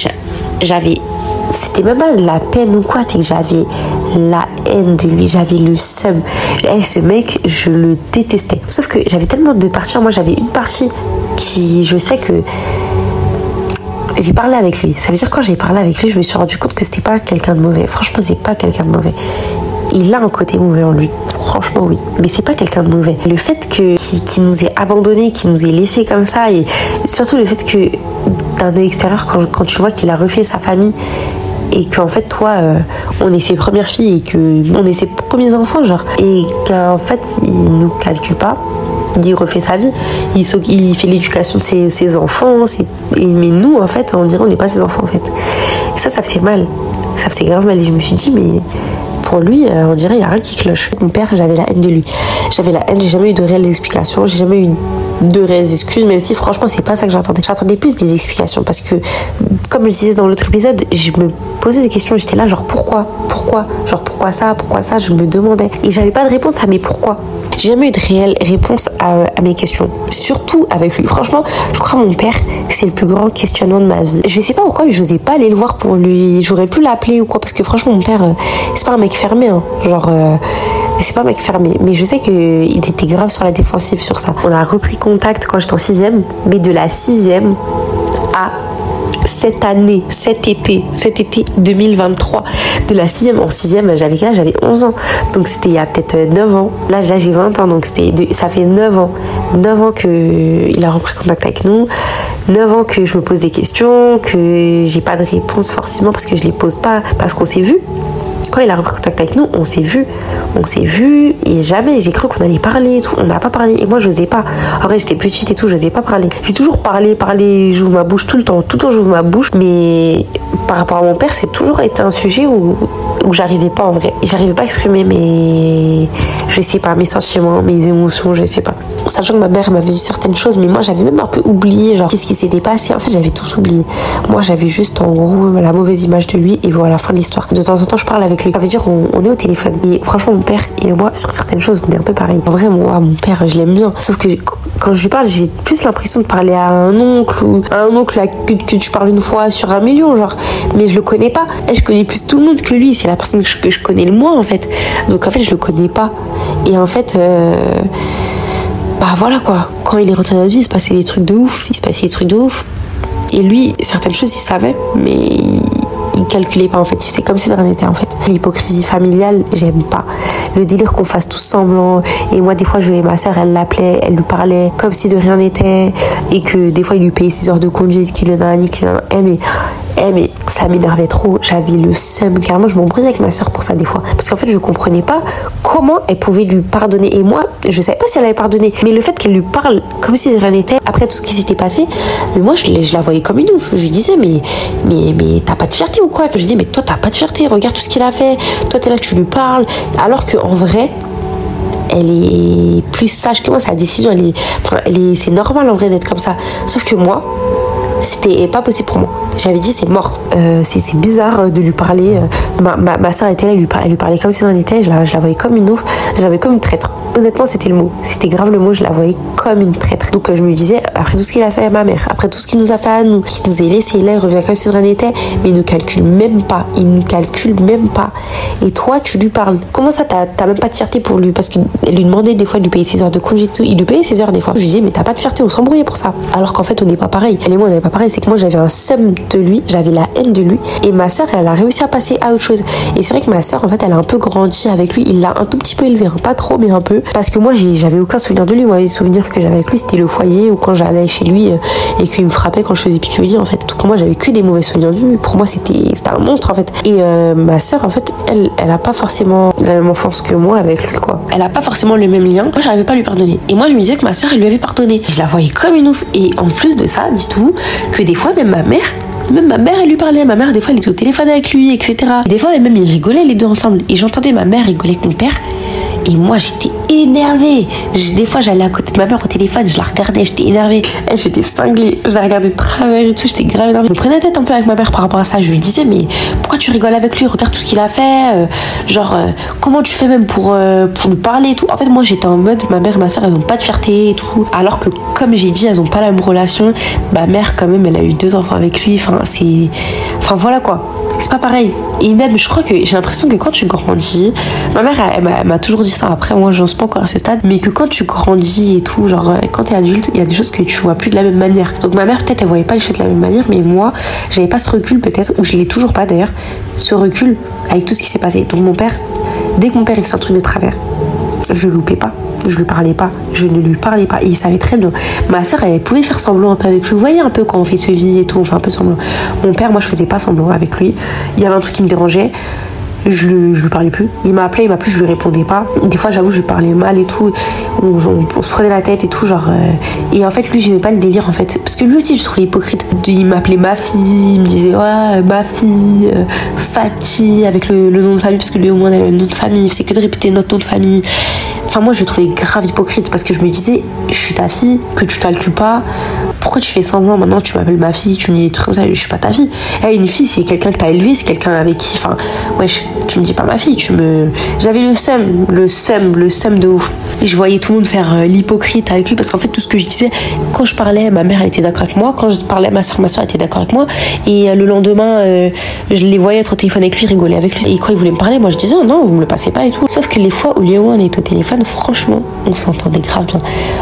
c'était même pas de la peine ou quoi, c'est que j'avais la haine de lui, j'avais le seum. Ce mec, je le détestais. Sauf que j'avais tellement de parties, moi j'avais une partie qui, je sais que j'ai parlé avec lui. Ça veut dire quand j'ai parlé avec lui, je me suis rendu compte que c'était pas quelqu'un de mauvais. Franchement, c'est pas quelqu'un de mauvais. Il a un côté mauvais en lui, franchement oui, mais c'est pas quelqu'un de mauvais. Le fait qu'il nous ait abandonnés, qu'il nous ait laissés comme ça, et surtout le fait que d'un œil extérieur, quand tu vois qu'il a refait sa famille et qu'en fait toi on est ses premières filles et que on est ses premiers enfants genre, et qu'en fait il nous calcule pas, il refait sa vie, il fait l'éducation de ses enfants, mais nous en fait on dirait on n'est pas ses enfants en fait, et ça faisait mal, ça faisait grave mal. Et je me suis dit mais pour lui, on dirait il n'y a rien qui cloche. Mon père, j'avais la haine de lui. J'avais la haine, j'ai jamais eu de réelles explications, j'ai jamais eu de réelles excuses, même si franchement, c'est pas ça que j'attendais. J'attendais plus des explications parce que, comme je disais dans l'autre épisode, je me posais des questions, j'étais là, genre pourquoi, genre pourquoi ça, je me demandais. Et j'avais pas de réponse à mes pourquoi. J'ai jamais eu de réelle réponse à mes questions, surtout avec lui. Franchement, je crois que mon père, c'est le plus grand questionnement de ma vie. Je sais pas pourquoi, mais je n'osais pas aller le voir pour lui. J'aurais pu l'appeler ou quoi, parce que franchement, mon père, c'est pas un mec fermé, hein. Genre, c'est pas un mec fermé. Mais je sais qu'il était grave sur la défensive sur ça. On a repris contact quand j'étais en 6e, mais de la 6e à cet été 2023, de la 6e en 6e, j'avais 11 ans, donc c'était il y a peut-être 9 ans, là j'ai 20 ans, donc ça fait 9 ans qu'il a repris contact avec nous, 9 ans que je me pose des questions, que j'ai pas de réponse forcément parce que je les pose pas, parce qu'on s'est vu. quand il a repris contact avec nous, on s'est vu et jamais j'ai cru qu'on allait parler et tout. On n'a pas parlé et moi je n'osais pas. En vrai, j'étais petite et tout, je n'osais pas parler. J'ai toujours parlé, j'ouvre ma bouche tout le temps j'ouvre ma bouche, mais par rapport à mon père, c'est toujours été un sujet où j'arrivais pas en vrai. J'arrivais pas à exprimer je sais pas, mes sentiments, mes émotions, je sais pas. Sachant que ma mère m'avait dit certaines choses, mais moi j'avais même un peu oublié, genre qu'est-ce qui s'était passé. En fait, j'avais tout oublié. Moi, j'avais juste en gros la mauvaise image de lui et voilà, fin de l'histoire. De temps en temps, je parle avec lui. Ça veut dire on est au téléphone. Et franchement, mon père et moi, sur certaines choses, on est un peu pareil. En vrai, moi, mon père, je l'aime bien. Sauf que quand je lui parle, j'ai plus l'impression de parler à un oncle ou à un oncle que tu parles une fois sur 1 million, genre. Mais je le connais pas. Et je connais plus tout le monde que lui. C'est la personne que je connais le moins, en fait. Donc, en fait, je le connais pas. Et en fait, bah voilà quoi. Quand il est rentré dans la vie, il se passait des trucs de ouf. Et lui, certaines choses, il savait, mais il calculait pas en fait. C'est comme si de rien n'était en fait. L'hypocrisie familiale, j'aime pas. Le délire qu'on fasse tous semblant. Et moi, des fois, je et ma sœur, elle l'appelait, elle lui parlait comme si de rien n'était. Et que des fois, il lui payait 6 heures de conduite, qu'il en a mais ça m'énervait trop. J'avais le seum. Carrément, je m'embrouillais avec ma sœur pour ça des fois. Parce qu'en fait, je comprenais pas comment elle pouvait lui pardonner. Et moi, je savais pas si elle avait pardonné. Mais le fait qu'elle lui parle comme si de rien n'était, après tout ce qui s'était passé, mais moi, je la voyais comme une ouf. Je lui disais, mais t'as pas de fierté ou quoi? Je lui disais, mais toi, t'as pas de fierté. Regarde tout ce qu'il a fait. Toi, t'es là, tu lui parles. Alors qu'en vrai, elle est plus sage que moi. Sa décision, c'est normal en vrai d'être comme ça. Sauf que moi, c'était pas possible pour moi. J'avais dit c'est mort. C'est bizarre de lui parler. Ma soeur était là, elle lui parlait comme si on en était. Je la voyais comme une ouf. J'avais comme une traître. Honnêtement, c'était le mot. C'était grave le mot. Je la voyais comme une traître. Donc je me disais, après tout ce qu'il a fait à ma mère, après tout ce qu'il nous a fait à nous, qu'il nous a laissé là, il revient comme si de rien n'était, mais il nous calcule même pas. Et toi, tu lui parles. Comment ça, t'as même pas de fierté pour lui? Parce qu'elle lui demandait des fois de lui payer 6 heures de congé et tout. Il lui payait 6 heures des fois. Je lui disais, mais t'as pas de fierté, on s'embrouillait pour ça. Alors qu'en fait, on n'est pas pareil. Elle et moi, on n'est pas pareil. C'est que moi, j'avais un seum de lui, j'avais la haine de lui. Et ma soeur, elle a réussi à passer à autre chose. Et c'est vrai que ma soeur, en fait, elle a un peu grandi avec lui. Il l'a un tout petit peu élevé, hein. Pas trop, mais un peu. Parce que moi, j'avais aucun souvenir de lui. Moi, les souvenirs que j'avais avec lui, c'était le foyer ou quand j'allais chez lui et qu'il me frappait quand je faisais pipi au lit, en fait. Donc, moi, j'avais que des mauvais souvenirs de lui. Pour moi, c'était un monstre, en fait. Et ma soeur, en fait, elle a pas forcément la même enfance que moi avec lui, quoi. Elle a pas forcément le même lien. Moi, j'arrivais pas à lui pardonner. Et moi, je me disais que ma soeur, elle lui avait pardonné. Je la voyais comme une ouf. Et en plus de ça, dites-vous que des fois, même ma mère, elle lui parlait. Ma mère, des fois, elle était au téléphone avec lui, etc. Et des fois, même, ils rigolaient les deux ensemble. Et j'entendais ma mère rigoler avec mon père. Et moi, j'étais énervée. Des fois, j'allais à côté de ma mère au téléphone, je la regardais, j'étais énervée. Elle, j'étais cinglée. Je la regardais de travers et tout, j'étais grave énervée. Je me prenais la tête un peu avec ma mère par rapport à ça. Je lui disais, mais pourquoi tu rigoles avec lui? Regarde tout ce qu'il a fait. Comment tu fais même pour lui parler et tout. En fait, moi, j'étais en mode, ma mère et ma soeur, elles ont pas de fierté et tout. Alors que, comme j'ai dit, elles ont pas la même relation. Ma mère, quand même, elle a eu 2 enfants avec lui. Enfin, voilà quoi. C'est pas pareil. Et même, je crois que j'ai l'impression que quand tu grandis, ma mère, elle m'a toujours dit ça. Après, moi, j'en suis pas encore à ce stade, mais que quand tu grandis et tout, genre, quand t'es adulte, il y a des choses que tu vois plus de la même manière. Donc, ma mère, peut-être, elle voyait pas les choses de la même manière, mais moi, j'avais pas ce recul, peut-être, ou je l'ai toujours pas d'ailleurs, ce recul avec tout ce qui s'est passé. Donc, mon père, dès que mon père, il fait un truc de travers, je loupais pas. Je lui parlais pas, je ne lui parlais pas. Et il savait très bien. Ma soeur, elle pouvait faire semblant un peu avec lui. Vous voyez un peu quand on fait ce vie et tout, on fait un peu semblant. Mon père, moi, je faisais pas semblant avec lui. Il y avait un truc qui me dérangeait. Je lui parlais plus. Il m'appelait, je lui répondais pas. Des fois, j'avoue, je lui parlais mal et tout. On se prenait la tête et tout, genre. Et en fait, lui, j'aimais pas le délire, en fait. Parce que lui aussi, je trouvais hypocrite. Il m'appelait ma fille, il me disait, ouais, ma fille, Fatih, avec le nom de famille, parce que lui, au moins, elle a le nom de famille. C'est que de répéter notre nom de famille. Enfin, moi, je le trouvais grave hypocrite parce que je me disais, je suis ta fille, que tu calcules pas. Pourquoi tu fais semblant? Maintenant, tu m'appelles ma fille, tu me dis des trucs comme ça, je suis pas ta fille. Une fille, c'est quelqu'un que t'as élevé, c'est quelqu'un avec qui, enfin, wesh, tu me dis pas ma fille, J'avais le seum de ouf. Et je voyais tout le monde faire l'hypocrite avec lui parce qu'en fait, tout ce que je disais, quand je parlais, ma mère, elle était d'accord avec moi. Quand je parlais à ma soeur était d'accord avec moi. Et le lendemain, je les voyais être au téléphone avec lui, rigoler avec lui. Et quand il voulait me parler, moi, je disais, non, vous me le passez pas et tout. Sauf que les fois où lui et moi, on était au téléphone, franchement, on s'entendait grave bien.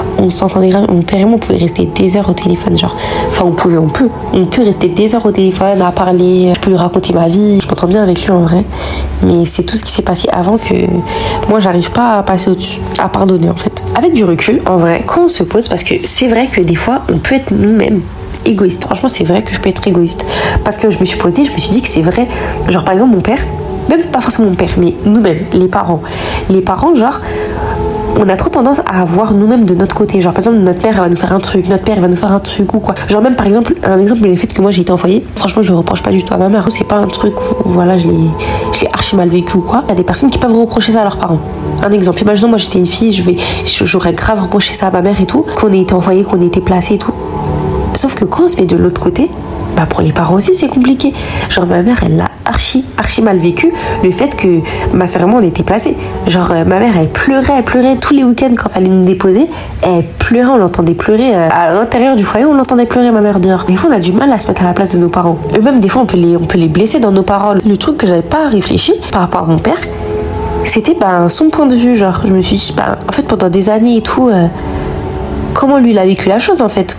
Mon père et moi, on pouvait rester des heures au téléphone, genre. Enfin, on peut rester des heures au téléphone à parler. Je peux lui raconter ma vie. Je m'entends bien avec lui en vrai. Mais c'est tout ce qui s'est passé avant que moi, j'arrive pas à passer au-dessus, à pardonner en fait. Avec du recul, en vrai, quand on se pose, parce que c'est vrai que des fois, on peut être nous-mêmes égoïste. Franchement, c'est vrai que je peux être égoïste. Parce que je me suis posée, je me suis dit que c'est vrai. Genre, par exemple, mon père, même pas forcément mon père, mais nous-mêmes, les parents. Les parents, genre, on a trop tendance à avoir nous-mêmes de notre côté. Genre, par exemple, notre mère, elle va nous faire un truc, notre père, il va nous faire un truc ou quoi. Genre, même par exemple, un exemple, le fait que moi j'ai été en foyer, franchement, je le reproche pas du tout à ma mère. C'est pas un truc où, voilà, je l'ai archi mal vécu ou quoi. Il y a des personnes qui peuvent reprocher ça à leurs parents. Un exemple, imaginons, moi j'étais une fille, j'aurais grave reproché ça à ma mère et tout, qu'on ait été en foyer, qu'on ait été placé et tout. Sauf que quand on se met de l'autre côté, bah pour les parents aussi c'est compliqué. Genre ma mère elle l'a archi mal vécu le fait que ma sœur et moi on était placés. Genre ma mère elle pleurait tous les week-ends quand fallait nous déposer. Elle pleurait, on l'entendait pleurer à l'intérieur du foyer, on l'entendait pleurer ma mère dehors. Des fois on a du mal à se mettre à la place de nos parents. Eux-mêmes des fois on peut les blesser dans nos paroles. Le truc que j'avais pas réfléchi par rapport à mon père, c'était son point de vue. Genre je me suis dit en fait pendant des années et tout, comment lui il a vécu la chose en fait,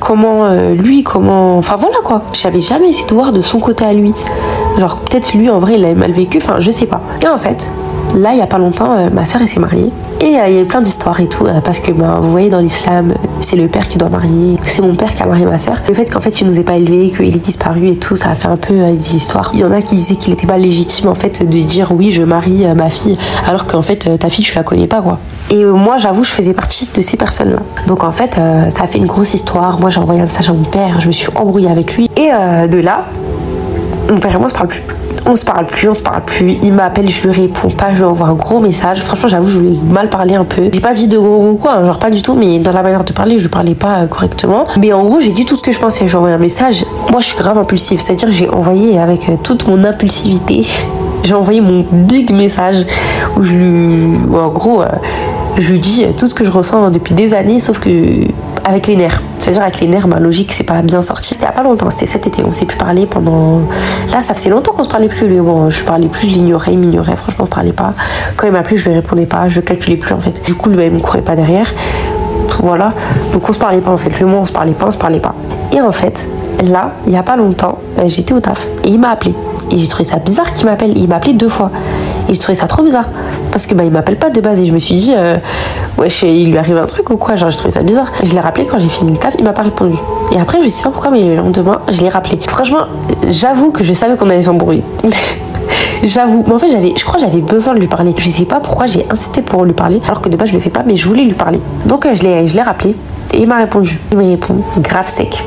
enfin voilà quoi, j'avais jamais essayé de voir de son côté à lui, genre peut-être lui en vrai il avait mal vécu, enfin je sais pas. Et en fait là il y a pas longtemps ma soeur elle s'est mariée et il y a eu plein d'histoires et tout parce que vous voyez dans l'islam c'est le père qui doit marier, c'est mon père qui a marié ma soeur. Le fait qu'en fait il nous ait pas élevés, qu'il est disparu et tout, ça a fait un peu des histoires. Il y en a qui disaient qu'il était pas légitime en fait de dire oui je marie ma fille alors qu'en fait ta fille tu la connais pas quoi. Et moi j'avoue je faisais partie de ces personnes là. Donc en fait ça a fait une grosse histoire. Moi j'ai envoyé un message à mon père, je me suis embrouillée avec lui et de là mon père et moi on se parle plus, il m'appelle, je lui réponds pas, je lui envoie un gros message. Franchement j'avoue je lui ai mal parlé un peu. J'ai pas dit de gros mots quoi, genre pas du tout, mais dans la manière de parler je lui parlais pas correctement. Mais en gros j'ai dit tout ce que je pensais, j'ai envoyé un message. Moi je suis grave impulsive, c'est-à-dire j'ai envoyé avec toute mon impulsivité, j'ai envoyé mon big message où en gros je lui dis tout ce que je ressens depuis des années, sauf que avec les nerfs. C'est-à-dire avec les nerfs, ma logique c'est pas bien sorti. C'était il y a pas longtemps, c'était cet été, on s'est plus parlé pendant... Là ça faisait longtemps qu'on se parlait plus, bon, je parlais plus, je l'ignorais, il m'ignorait, franchement on parlait pas. Quand il m'appelait je lui répondais pas, je calculais plus en fait. Du coup lui il me courait pas derrière, voilà. Donc on se parlait pas en fait, le mois on se parlait pas. Et en fait, là, il y a pas longtemps, j'étais au taf et il m'a appelé. Et j'ai trouvé ça bizarre qu'il m'appelle, il m'a appelé 2 fois. Et j'ai trouvé ça trop bizarre. Parce que il m'appelle pas de base. Et je me suis dit, il lui arrive un truc ou quoi. Genre, j'ai trouvé ça bizarre. Je l'ai rappelé quand j'ai fini le taf, il m'a pas répondu. Et après, je sais pas pourquoi, mais le lendemain, je l'ai rappelé. Franchement, j'avoue que je savais qu'on allait s'embrouiller. J'avoue. Mais en fait, je crois que j'avais besoin de lui parler. Je sais pas pourquoi j'ai insisté pour lui parler. Alors que de base, je le fais pas, mais je voulais lui parler. Donc, je l'ai rappelé. Et il m'a répondu. Il me répond grave sec.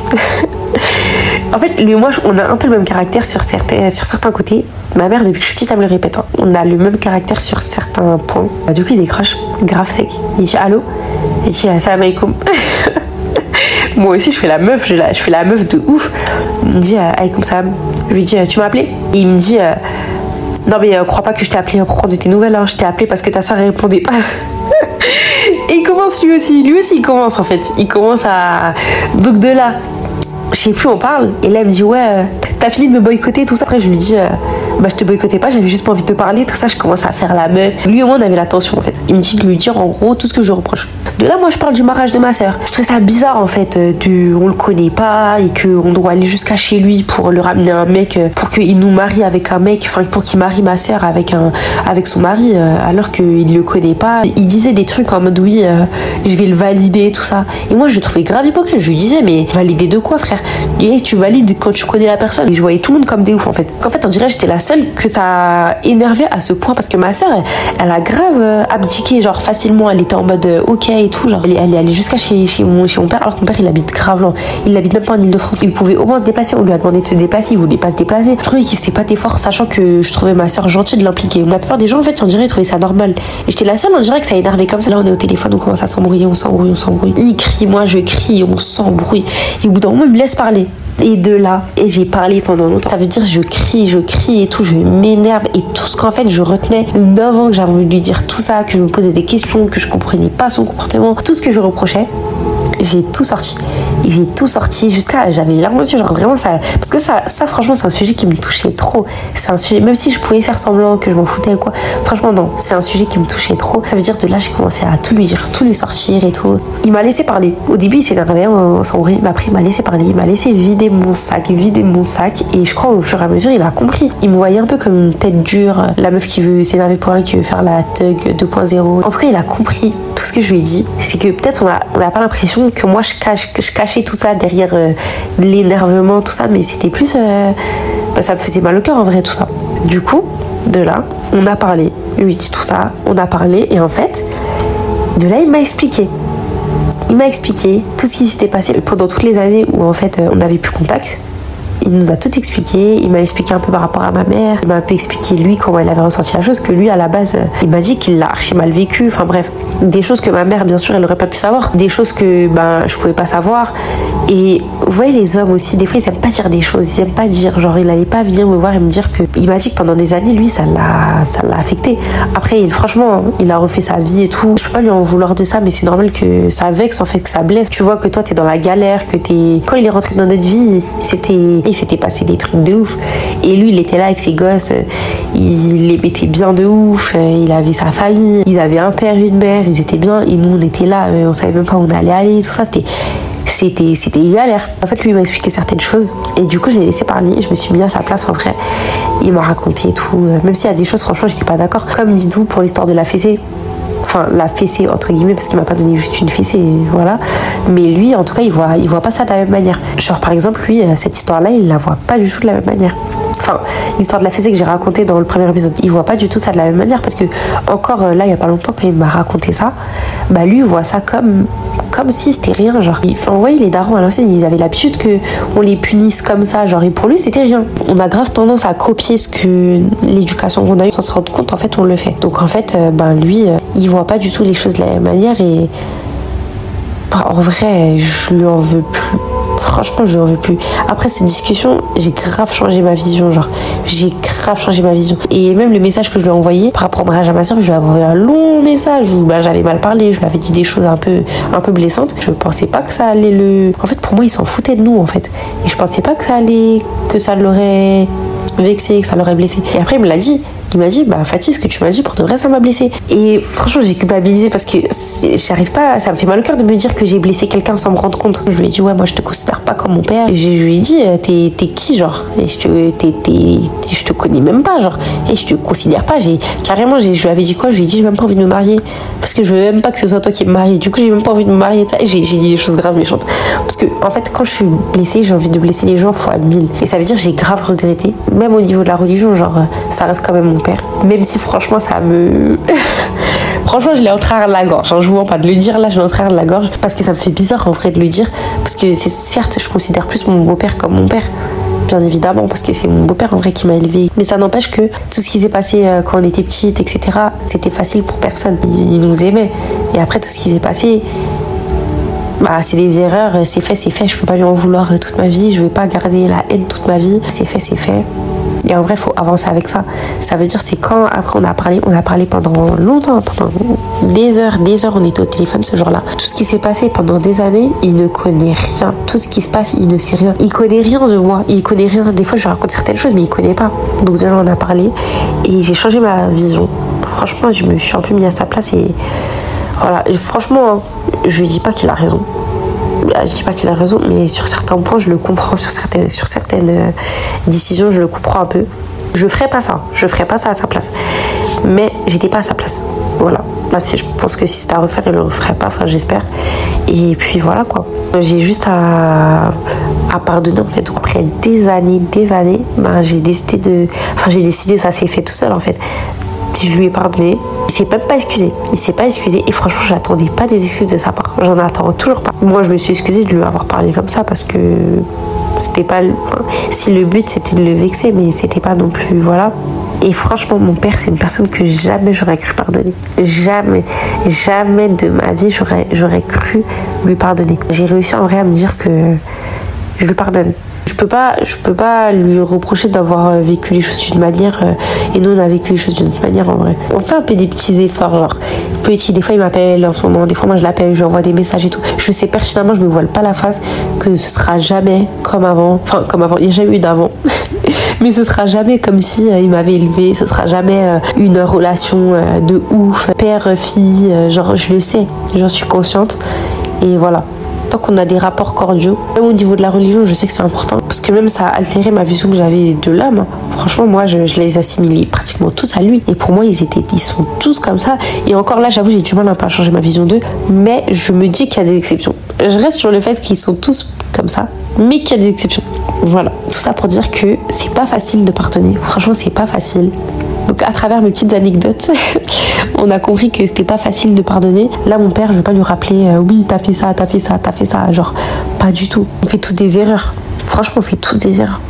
En fait, lui et moi, on a un peu le même caractère sur certains côtés. Ma mère, depuis que je suis petite, elle me le répète. On a le même caractère sur certains points. Du coup, il décroche grave sec. Il dit allô. Il dit salam alaikum. Moi aussi, je fais la meuf. Je fais la meuf de ouf. Il me dit alaikum salam. Je lui dis tu m'as appelé. Et il me dit non mais crois pas que je t'ai appelé pour prendre de tes nouvelles. Hein. Je t'ai appelé parce que ta soeur répondait pas. Et il commence lui aussi il commence en fait. Il commence à... Donc de là, je sais plus, on parle. Et là, il me dit ouais, t'as fini de me boycotter, tout ça. Après, je lui dis je te boycottais pas, j'avais juste pas envie de te parler, tout ça. Je commence à faire la meuf. Lui et moi, on avait la tension en fait. Il me dit de lui dire en gros tout ce que je reproche. De là, moi, je parle du mariage de ma soeur. Je trouve ça bizarre en fait, on le connaît pas et qu'on doit aller jusqu'à chez lui pour le ramener un mec, pour qu'il nous marie avec un mec, enfin pour qu'il marie ma soeur avec son mari, alors qu'il le connaît pas. Il disait des trucs en mode oui, je vais le valider, tout ça. Et moi, je le trouvais grave hypocrite. Je lui disais mais valider de quoi, frère? Et tu valides quand tu connais la personne. Et je voyais tout le monde comme des ouf en fait. En fait, on dirait que j'étais la seule que ça a énervé à ce point, parce que ma soeur, elle a grave abdiqué, genre facilement. Elle était en mode ok et tout, genre elle est allée jusqu'à chez mon père, alors que mon père il habite grave loin. Il habite même pas en Ile-de-France. Il pouvait au moins se déplacer. On lui a demandé de se déplacer, il voulait pas se déplacer. Je trouvais qu'il faisait pas d'efforts, sachant que je trouvais ma soeur gentille de l'impliquer. La plupart des gens en fait, on dirait ils trouvaient ça normal. Et j'étais la seule, on dirait que ça énervait comme ça. Là, on est au téléphone, on commence à s'embrouiller, on s'embrouille. Il crie, moi je crie, on s'embrouille. Et au bout d'un moment, il me laisse parler. Et de là, et j'ai parlé pendant longtemps. Ça veut dire je crie et tout, je m'énerve. Et tout ce qu'en fait je retenais 9 ans, que j'avais envie de lui dire tout ça, que je me posais des questions, que je comprenais pas son comportement, tout ce que je reprochais, j'ai tout sorti. Et j'ai tout sorti jusqu'à... J'avais les larmes aux yeux, genre vraiment ça... Parce que ça franchement, c'est un sujet qui me touchait trop. C'est un sujet... Même si je pouvais faire semblant que je m'en foutais ou quoi, franchement non, c'est un sujet qui me touchait trop. Ça veut dire de là, j'ai commencé à tout lui dire, tout lui sortir et tout. Il m'a laissé parler. Au début, il s'énervait, on s'embrouillait, mais après, il m'a laissé parler. Il m'a laissé vider mon sac. Et je crois, au fur et à mesure, il a compris. Il me voyait un peu comme une tête dure, la meuf qui veut s'énerver pour rien, qui veut faire la thug 2.0. En tout cas, il a compris tout ce que je lui ai dit. C'est que peut-être on n'a pas l'impression que moi, je cachais tout ça derrière l'énervement, tout ça, mais c'était plus... ça me faisait mal au cœur en vrai, tout ça. Du coup, De là, on a parlé. Je lui ai dit tout ça, on a parlé. Et en fait, de là, il m'a expliqué. Il m'a expliqué tout ce qui s'était passé pendant toutes les années où en fait on n'avait plus contact. Il nous a tout expliqué, il m'a expliqué un peu par rapport à ma mère, il m'a un peu expliqué lui comment il avait ressenti la chose, que lui à la base il m'a dit qu'il l'a archi mal vécu, enfin bref, des choses que ma mère bien sûr elle aurait pas pu savoir, des choses que je pouvais pas savoir. Et vous voyez les hommes aussi, des fois ils aiment pas dire des choses, ils aiment pas dire, genre il allait pas venir me voir et me dire que, il m'a dit que pendant des années lui ça l'a affecté. Après franchement il a refait sa vie et tout, je peux pas lui en vouloir de ça, mais c'est normal que ça vexe en fait, que ça blesse. Tu vois que toi t'es dans la galère, que quand il est rentré dans notre vie, il s'était passé des trucs de ouf. Et lui, il était là avec ses gosses, il les mettait bien de ouf, il avait sa famille, ils avaient un père, une mère, ils étaient bien. Et nous, on était là, on savait même pas où on allait aller, tout ça, c'était galère. En fait, lui, il m'a expliqué certaines choses. Et du coup, je l'ai laissé parler, je me suis mis à sa place en vrai. Il m'a raconté et tout. Même s'il y a des choses, franchement, j'étais pas d'accord. Comme dites-vous, pour l'histoire de la fessée, enfin la fessée entre guillemets parce qu'il m'a pas donné juste une fessée, voilà, mais lui en tout cas il voit pas ça de la même manière. Genre par exemple lui cette histoire là il la voit pas du tout de la même manière. Enfin l'histoire de la fessée que j'ai racontée dans le premier épisode, il voit pas du tout ça de la même manière parce que encore là il y a pas longtemps quand il m'a raconté ça, lui il voit ça comme si c'était rien, genre. Enfin, vous voyez, les darons à l'ancienne, ils avaient l'habitude qu'on les punisse comme ça, genre, et pour lui, c'était rien. On a grave tendance à copier ce que l'éducation qu'on a eue sans se rendre compte, en fait, on le fait. Donc, en fait, lui, il voit pas du tout les choses de la même manière et en vrai, je lui en veux plus. Franchement, je n'en veux plus. Après cette discussion, j'ai grave changé ma vision, genre. J'ai grave changé ma vision. Et même le message que je lui ai envoyé par rapport au mariage à ma soeur, je lui ai envoyé un long message où j'avais mal parlé, je lui avais dit des choses un peu blessantes. Je pensais pas que ça allait En fait, pour moi, il s'en foutait de nous, en fait. Et je pensais pas que ça l'aurait vexé, que ça l'aurait blessé. Et après, il me l'a dit. Il m'a dit, Fatih, ce que tu m'as dit, pour de vrai, ça m'a blessé. Et franchement, j'ai culpabilisé parce que j'arrive pas, ça me fait mal au cœur de me dire que j'ai blessé quelqu'un sans me rendre compte. Je lui ai dit, ouais, moi, je te considère pas comme mon père. Et je lui ai dit, t'es qui, genre? Et je te connais même pas, genre. Et je te considère pas. Je lui avais dit quoi? Je lui ai dit, j'ai même pas envie de me marier. Parce que je veux même pas que ce soit toi qui me marie. Du coup, j'ai même pas envie de me marier. Et j'ai dit des choses graves méchantes. Parce que, en fait, quand je suis blessée, j'ai envie de blesser les gens fois 1000. Et ça veut dire, j'ai grave regretté. Même au niveau de la religion, genre, ça reste quand même mon père. Même si franchement ça me... franchement je l'ai en travers de la gorge, je vous mens pas de le dire là, je l'ai en travers de la gorge parce que ça me fait bizarre en vrai de le dire parce que c'est certes je considère plus mon beau-père comme mon père, bien évidemment parce que c'est mon beau-père en vrai qui m'a élevée, mais ça n'empêche que tout ce qui s'est passé quand on était petite etc, c'était facile pour personne, il nous aimait et après tout ce qui s'est passé c'est des erreurs, c'est fait, je peux pas lui en vouloir toute ma vie, je vais pas garder la haine toute ma vie, c'est fait. Et en vrai, il faut avancer avec ça. Ça veut dire, c'est quand, après, on a parlé pendant longtemps, pendant des heures, on était au téléphone ce jour-là. Tout ce qui s'est passé pendant des années, il ne connaît rien. Tout ce qui se passe, il ne sait rien. Il connaît rien de moi, il connaît rien. Des fois, je lui raconte certaines choses, mais il connaît pas. Donc, déjà, on a parlé et j'ai changé ma vision. Franchement, je me suis un peu mis à sa place et voilà. Et franchement, je lui dis pas qu'il a raison. Je dis pas qu'il a raison, mais sur certains points, je le comprends. Sur certaines décisions, je le comprends un peu. Je ferais pas ça à sa place. Mais j'étais pas à sa place. Voilà. Là, je pense que si c'était à refaire, il le referait pas. Enfin, j'espère. Et puis voilà quoi. J'ai juste à pardonner en fait. Donc, après des années, j'ai décidé, ça s'est fait tout seul en fait. Je lui ai pardonné. Il s'est même pas excusé. Et franchement, j'attendais pas des excuses de sa part. J'en attends toujours pas. Moi, je me suis excusée de lui avoir parlé comme ça parce que c'était pas... si le but c'était de le vexer, mais c'était pas non plus... Voilà. Et franchement, mon père, c'est une personne que jamais j'aurais cru pardonner. Jamais de ma vie, j'aurais cru lui pardonner. J'ai réussi en vrai à me dire que je lui pardonne. Je peux pas lui reprocher d'avoir vécu les choses d'une manière et nous on a vécu les choses d'une autre manière en vrai. On fait un peu des petits efforts, genre des fois il m'appelle en ce moment, des fois moi je l'appelle, je lui envoie des messages et tout. Je sais pertinemment, je me voile pas la face que ce sera jamais comme avant. Enfin comme avant, il n'y a jamais eu d'avant. Mais ce sera jamais comme si il m'avait élevé, ce sera jamais une relation de ouf, père-fille, genre je le sais, j'en suis consciente et voilà. Tant qu'on a des rapports cordiaux, même au niveau de la religion, je sais que c'est important parce que même ça a altéré ma vision que j'avais de l'homme. Franchement, moi, je les assimilais pratiquement tous à lui. Et pour moi, ils sont tous comme ça. Et encore là, j'avoue, j'ai du mal un peu à changer ma vision d'eux. Mais je me dis qu'il y a des exceptions. Je reste sur le fait qu'ils sont tous comme ça, mais qu'il y a des exceptions. Voilà. Tout ça pour dire que c'est pas facile de pardonner. Franchement, c'est pas facile. Donc à travers mes petites anecdotes, on a compris que c'était pas facile de pardonner. Là, mon père, je vais pas lui rappeler oui, t'as fait ça, genre pas du tout. On fait tous des erreurs. Franchement, on fait tous des erreurs.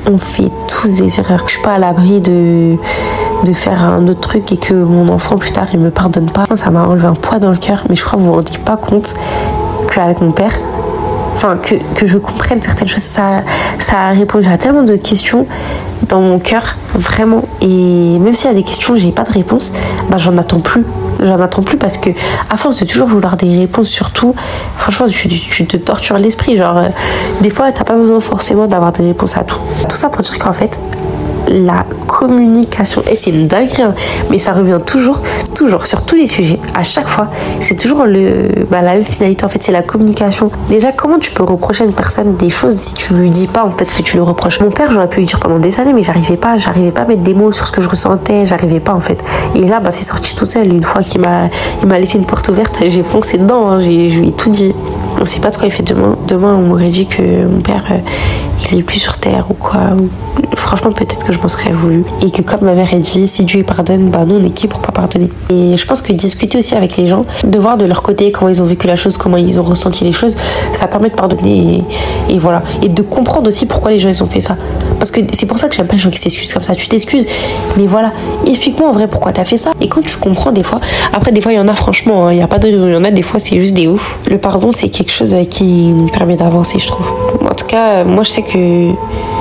Je suis pas à l'abri de faire un autre truc et que mon enfant plus tard il me pardonne pas. Ça m'a enlevé un poids dans le cœur, mais je crois que vous vous rendez pas compte qu'avec mon père, que je comprenne certaines choses, ça a répondu à tellement de questions dans mon cœur, vraiment. Et même s'il y a des questions que j'ai pas de réponse, j'en attends plus parce que à force de toujours vouloir des réponses sur tout, franchement tu te tortures l'esprit, genre des fois t'as pas besoin forcément d'avoir des réponses à tout ça pour dire qu'en fait la communication, et c'est une dinguerie hein, mais ça revient toujours sur tous les sujets, à chaque fois c'est toujours la même finalité en fait, c'est la communication. Déjà, comment tu peux reprocher à une personne des choses si tu lui dis pas en fait ce que tu lui reproches? Mon père, j'aurais pu lui dire pendant des années, mais j'arrivais pas à mettre des mots sur ce que je ressentais, j'arrivais pas en fait. Et là c'est sorti tout seul, une fois qu'il m'a laissé une porte ouverte, j'ai foncé dedans hein, je lui ai tout dit. On sait pas de quoi il fait demain. Demain, on m'aurait dit que mon père, il est plus sur terre ou quoi. Franchement, peut-être que je m'en serais voulu. Et que comme ma mère a dit, si Dieu pardonne, nous, on est qui pour pas pardonner? Et je pense que discuter aussi avec les gens, de voir de leur côté comment ils ont vécu la chose, comment ils ont ressenti les choses, ça permet de pardonner et voilà. Et de comprendre aussi pourquoi les gens, ils ont fait ça. Parce que c'est pour ça que j'aime pas les gens qui s'excusent comme ça. Tu t'excuses, mais voilà, explique-moi en vrai pourquoi t'as fait ça. Et quand tu comprends des fois, après des fois, il y en a franchement, il n'y a pas de raison. Il y en a des fois, c'est juste des ouf. Le pardon, c'est quelque chose qui nous permet d'avancer, je trouve. En tout cas, moi je sais que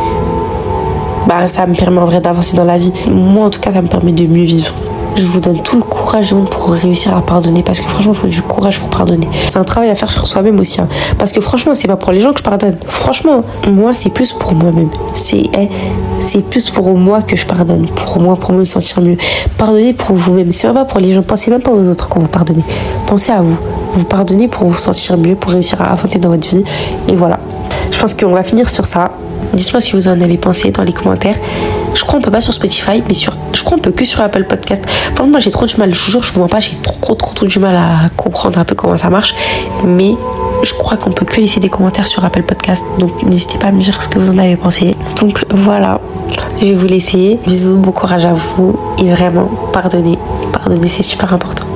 ça me permet en vrai d'avancer dans la vie. Moi en tout cas, ça me permet de mieux vivre. Je vous donne tout le courage du monde pour réussir à pardonner, parce que franchement il faut du courage pour pardonner. C'est un travail à faire sur soi-même aussi hein. Parce que franchement c'est pas pour les gens que je pardonne. Franchement moi c'est plus pour moi-même. C'est plus pour moi que je pardonne. Pour me sentir mieux. Pardonnez pour vous-même. C'est même pas pour les gens. Pensez même pas aux autres quand vous pardonnez. Pensez à vous. Vous pardonnez pour vous sentir mieux, pour réussir à avancer dans votre vie. Et voilà. Je pense qu'on va finir sur ça. Dites-moi si vous en avez pensé dans les commentaires. Je crois qu'on peut pas sur Spotify, mais je crois qu'on peut que sur Apple Podcast. Franchement, moi j'ai trop du mal. Je vous jure, je vous mens pas, j'ai trop du mal à comprendre un peu comment ça marche. Mais je crois qu'on peut que laisser des commentaires sur Apple Podcast. Donc n'hésitez pas à me dire ce que vous en avez pensé. Donc voilà, je vais vous laisser. Bisous, bon courage à vous. Et vraiment, pardonnez, c'est super important.